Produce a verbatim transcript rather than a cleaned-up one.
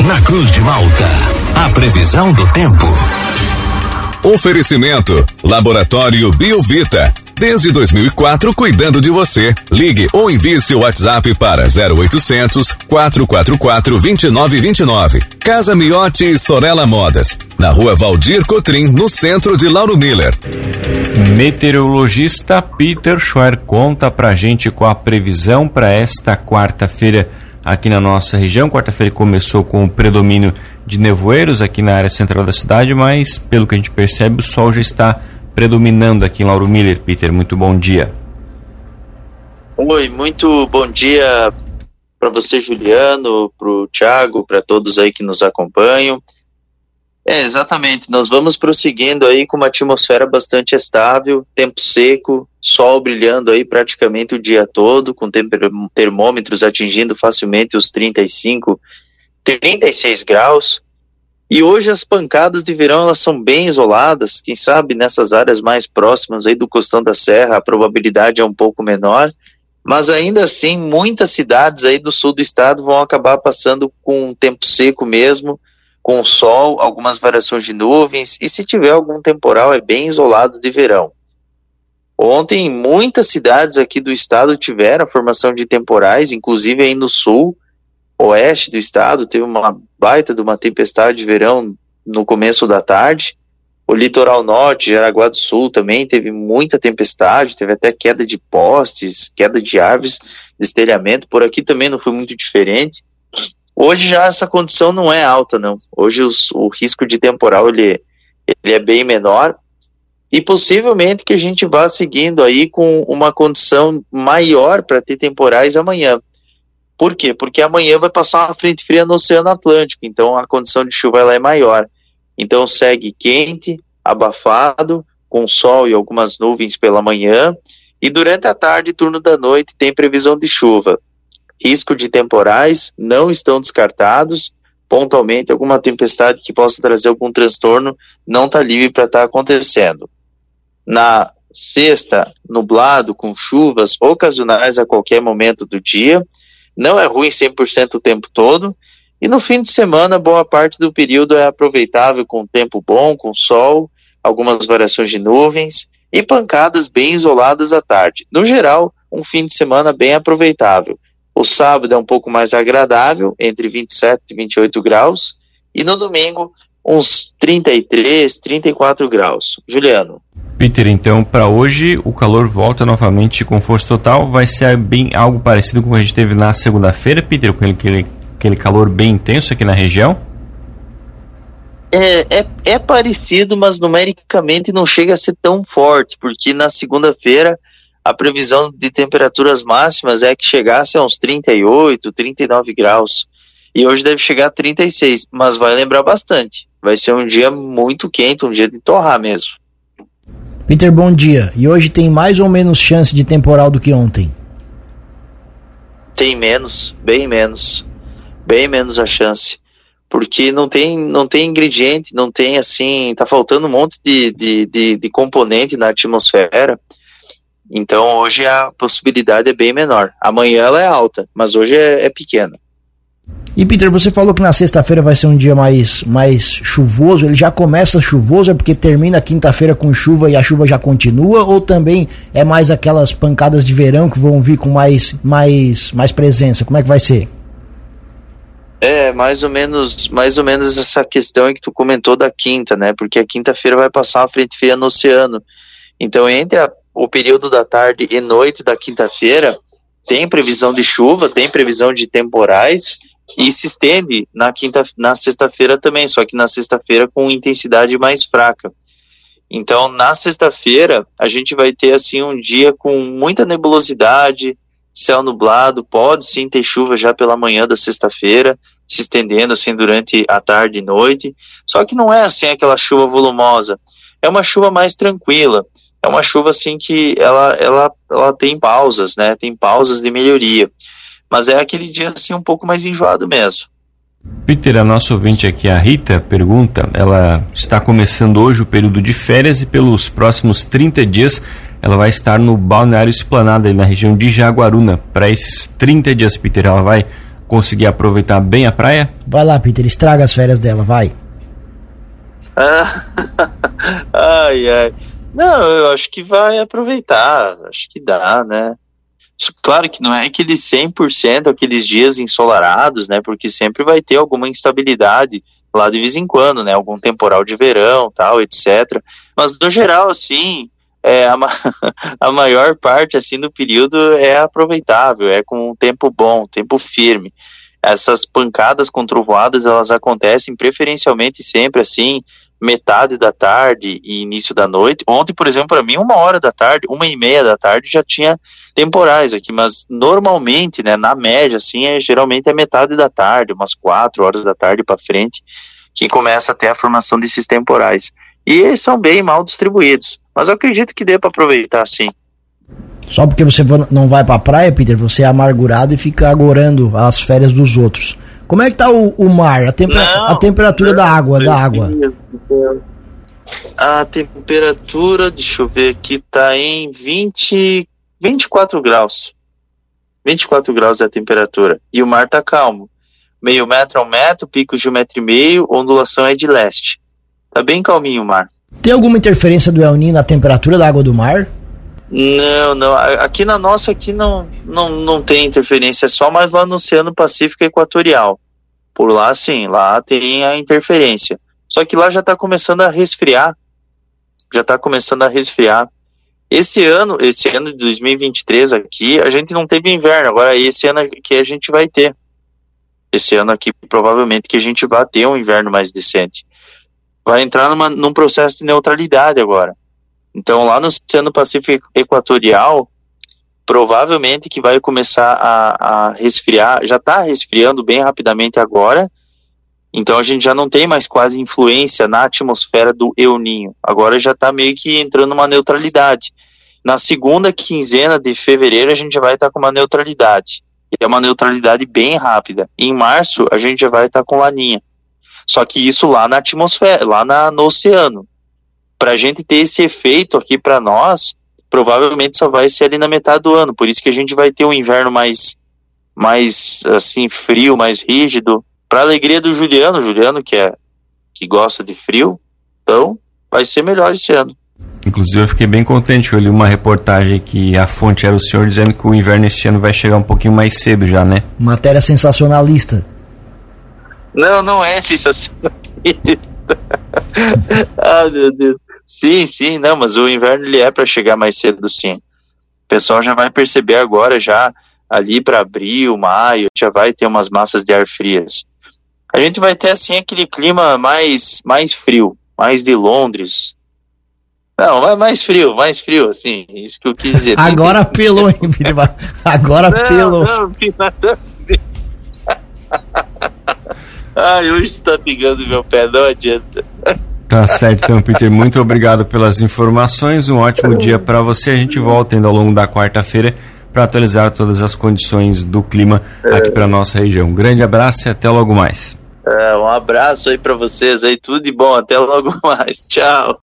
Na Cruz de Malta, a previsão do tempo. Oferecimento, Laboratório Biovita. Desde dois mil e quatro, cuidando de você. Ligue ou envie seu WhatsApp para zero oitocentos, quatrocentos e quarenta e quatro, vinte e nove vinte e nove. Casa Miotti e Sorella Modas. Na rua Valdir Cotrim, no centro de Lauro Miller. Meteorologista Peter Schwer conta pra gente qual a previsão para esta quarta-feira aqui na nossa região. Quarta-feira começou com o predomínio de nevoeiros aqui na área central da cidade, mas pelo que a gente percebe, o sol já está predominando aqui em Lauro Miller. Peter, muito bom dia. Oi, muito bom dia para você, Juliano, para o Thiago, para todos aí que nos acompanham. É, exatamente, nós vamos prosseguindo aí com uma atmosfera bastante estável, tempo seco, sol brilhando aí praticamente o dia todo, com termômetros atingindo facilmente os trinta e cinco, trinta e seis graus. E hoje as pancadas de verão, elas são bem isoladas, quem sabe nessas áreas mais próximas aí do Costão da Serra a probabilidade é um pouco menor, mas ainda assim muitas cidades aí do sul do estado vão acabar passando com um tempo seco mesmo, com sol, algumas variações de nuvens, e se tiver algum temporal é bem isolado de verão. Ontem muitas cidades aqui do estado tiveram a formação de temporais, inclusive aí no sul, oeste do estado, teve uma baita de uma tempestade de verão no começo da tarde. O litoral norte, Jaraguá do Sul, também teve muita tempestade, teve até queda de postes, queda de árvores, destelhamento. Por aqui também não foi muito diferente. Hoje já essa condição não é alta, não. Hoje os, o risco de temporal ele, ele é bem menor, e possivelmente que a gente vá seguindo aí com uma condição maior para ter temporais amanhã. Por quê? Porque amanhã vai passar uma frente fria no Oceano Atlântico, então a condição de chuva ela é maior. Então segue quente, abafado, com sol e algumas nuvens pela manhã, e durante a tarde e turno da noite tem previsão de chuva. Risco de temporais não estão descartados, pontualmente alguma tempestade que possa trazer algum transtorno não está livre para estar acontecendo. Na sexta, nublado, com chuvas ocasionais a qualquer momento do dia. Não é ruim cem por cento o tempo todo, e no fim de semana boa parte do período é aproveitável com tempo bom, com sol, algumas variações de nuvens e pancadas bem isoladas à tarde. No geral, um fim de semana bem aproveitável. O sábado é um pouco mais agradável, entre vinte e sete e vinte e oito graus, e no domingo uns trinta e três, trinta e quatro graus. Juliano. Peter, então para hoje o calor volta novamente com força total, vai ser bem algo parecido com o que a gente teve na segunda-feira, Peter, com aquele, aquele calor bem intenso aqui na região? É, é, é parecido, mas numericamente não chega a ser tão forte, porque na segunda-feira a previsão de temperaturas máximas é que chegasse a uns trinta e oito, trinta e nove graus, e hoje deve chegar a trinta e seis, mas vai lembrar bastante, vai ser um dia muito quente, um dia de torrar mesmo. Peter, bom dia. E hoje tem mais ou menos chance de temporal do que ontem? Tem menos, bem menos. Bem menos a chance. Porque não tem, não tem ingrediente, não tem assim, tá faltando um monte de, de, de, de componente na atmosfera. Então hoje a possibilidade é bem menor. Amanhã ela é alta, mas hoje é, é pequena. E Peter, você falou que na sexta-feira vai ser um dia mais, mais chuvoso. Ele já começa chuvoso, é porque termina a quinta-feira com chuva e a chuva já continua? Ou também é mais aquelas pancadas de verão que vão vir com mais, mais, mais presença? Como é que vai ser? É, mais ou menos, mais ou menos essa questão que tu comentou da quinta, né? Porque a quinta-feira vai passar uma frente fria no oceano. Então entre a, o período da tarde e noite da quinta-feira, tem previsão de chuva, tem previsão de temporais, e se estende na quinta, na sexta-feira também, só que na sexta-feira com intensidade mais fraca. Então, na sexta-feira, a gente vai ter assim um dia com muita nebulosidade, céu nublado, pode sim ter chuva já pela manhã da sexta-feira, se estendendo assim durante a tarde e noite, só que não é assim aquela chuva volumosa, é uma chuva mais tranquila, é uma chuva assim que ela, ela, ela tem pausas, né, tem pausas de melhoria. Mas é aquele dia assim um pouco mais enjoado mesmo. Peter, a nossa ouvinte aqui, a Rita, pergunta, ela está começando hoje o período de férias e pelos próximos trinta dias ela vai estar no Balneário Esplanada, ali na região de Jaguaruna. Para esses trinta dias, Peter, ela vai conseguir aproveitar bem a praia? Vai lá, Peter, estraga as férias dela, vai. Ah, ai, ai. Não, eu acho que vai aproveitar, acho que dá, né? Claro que não é aqueles cem por cento, aqueles dias ensolarados, né? Porque sempre vai ter alguma instabilidade lá de vez em quando, né? Algum temporal de verão, tal, etcétera. Mas no geral, assim, é, a, ma- a maior parte, assim, do período é aproveitável, é com um tempo bom, tempo firme. Essas pancadas com trovoadas, elas acontecem preferencialmente sempre, assim, metade da tarde e início da noite. Ontem, por exemplo, para mim, uma hora da tarde, uma e meia da tarde já tinha temporais aqui, mas normalmente, né, na média, assim, é, geralmente é metade da tarde, umas quatro horas da tarde para frente, que começa a ter a formação desses temporais. E eles são bem mal distribuídos, mas eu acredito que dê para aproveitar, sim. Só porque você não vai pra praia, Peter, você é amargurado e fica agorando as férias dos outros. Como é que tá o, o mar, a, tempera- Não, a temperatura não, da água, da água? A temperatura, deixa eu ver aqui, tá em vinte, vinte e quatro graus. vinte e quatro graus é a temperatura. E o mar tá calmo. Meio metro a um metro, picos de um metro e meio, ondulação é de leste. Tá bem calminho o mar. Tem alguma interferência do El Niño na temperatura da água do mar? Não, não. Aqui na nossa aqui não, não, não tem interferência, é só mais lá no Oceano Pacífico Equatorial. Por lá, sim, lá tem a interferência. Só que lá já está começando a resfriar. Já está começando a resfriar. Esse ano, esse ano de dois mil e vinte e três aqui, a gente não teve inverno. Agora, esse ano aqui a gente vai ter. Esse ano aqui, provavelmente, que a gente vai ter um inverno mais decente. Vai entrar numa, num processo de neutralidade agora. Então, lá no Oceano Pacífico Equatorial, provavelmente que vai começar a, a resfriar, já está resfriando bem rapidamente agora, então a gente já não tem mais quase influência na atmosfera do El Niño, agora já está meio que entrando numa neutralidade. Na segunda quinzena de fevereiro a gente já vai estar tá com uma neutralidade, e é uma neutralidade bem rápida. Em março a gente já vai estar tá com laninha, só que isso lá na atmosfera, lá na, no oceano. Para a gente ter esse efeito aqui para nós, provavelmente só vai ser ali na metade do ano. Por isso que a gente vai ter um inverno mais, mais assim, frio, mais rígido. Para alegria do Juliano, Juliano que, é, que gosta de frio, então vai ser melhor esse ano. Inclusive eu fiquei bem contente que eu li uma reportagem que a fonte era o senhor dizendo que o inverno esse ano vai chegar um pouquinho mais cedo já, né? Matéria sensacionalista. Não, não é sensacionalista. Ah, meu Deus. Sim, sim, não, mas o inverno ele é para chegar mais cedo, sim. O pessoal já vai perceber agora, já ali para abril, maio, já vai ter umas massas de ar frias. A gente vai ter, assim, aquele clima mais, mais frio, mais de Londres. Não, mais frio, mais frio, assim, isso que eu quis dizer. Agora apelou, hein, Peter? Agora apelou. Não, não, nada a ver. Ai, hoje você tá pegando meu pé, não adianta. Tá certo, então, Peter, muito obrigado pelas informações, um ótimo dia para você. A gente volta ainda ao longo da quarta-feira para atualizar todas as condições do clima aqui para nossa região. Um grande abraço e até logo mais. É, um abraço aí para vocês aí, tudo de bom, até logo mais, tchau.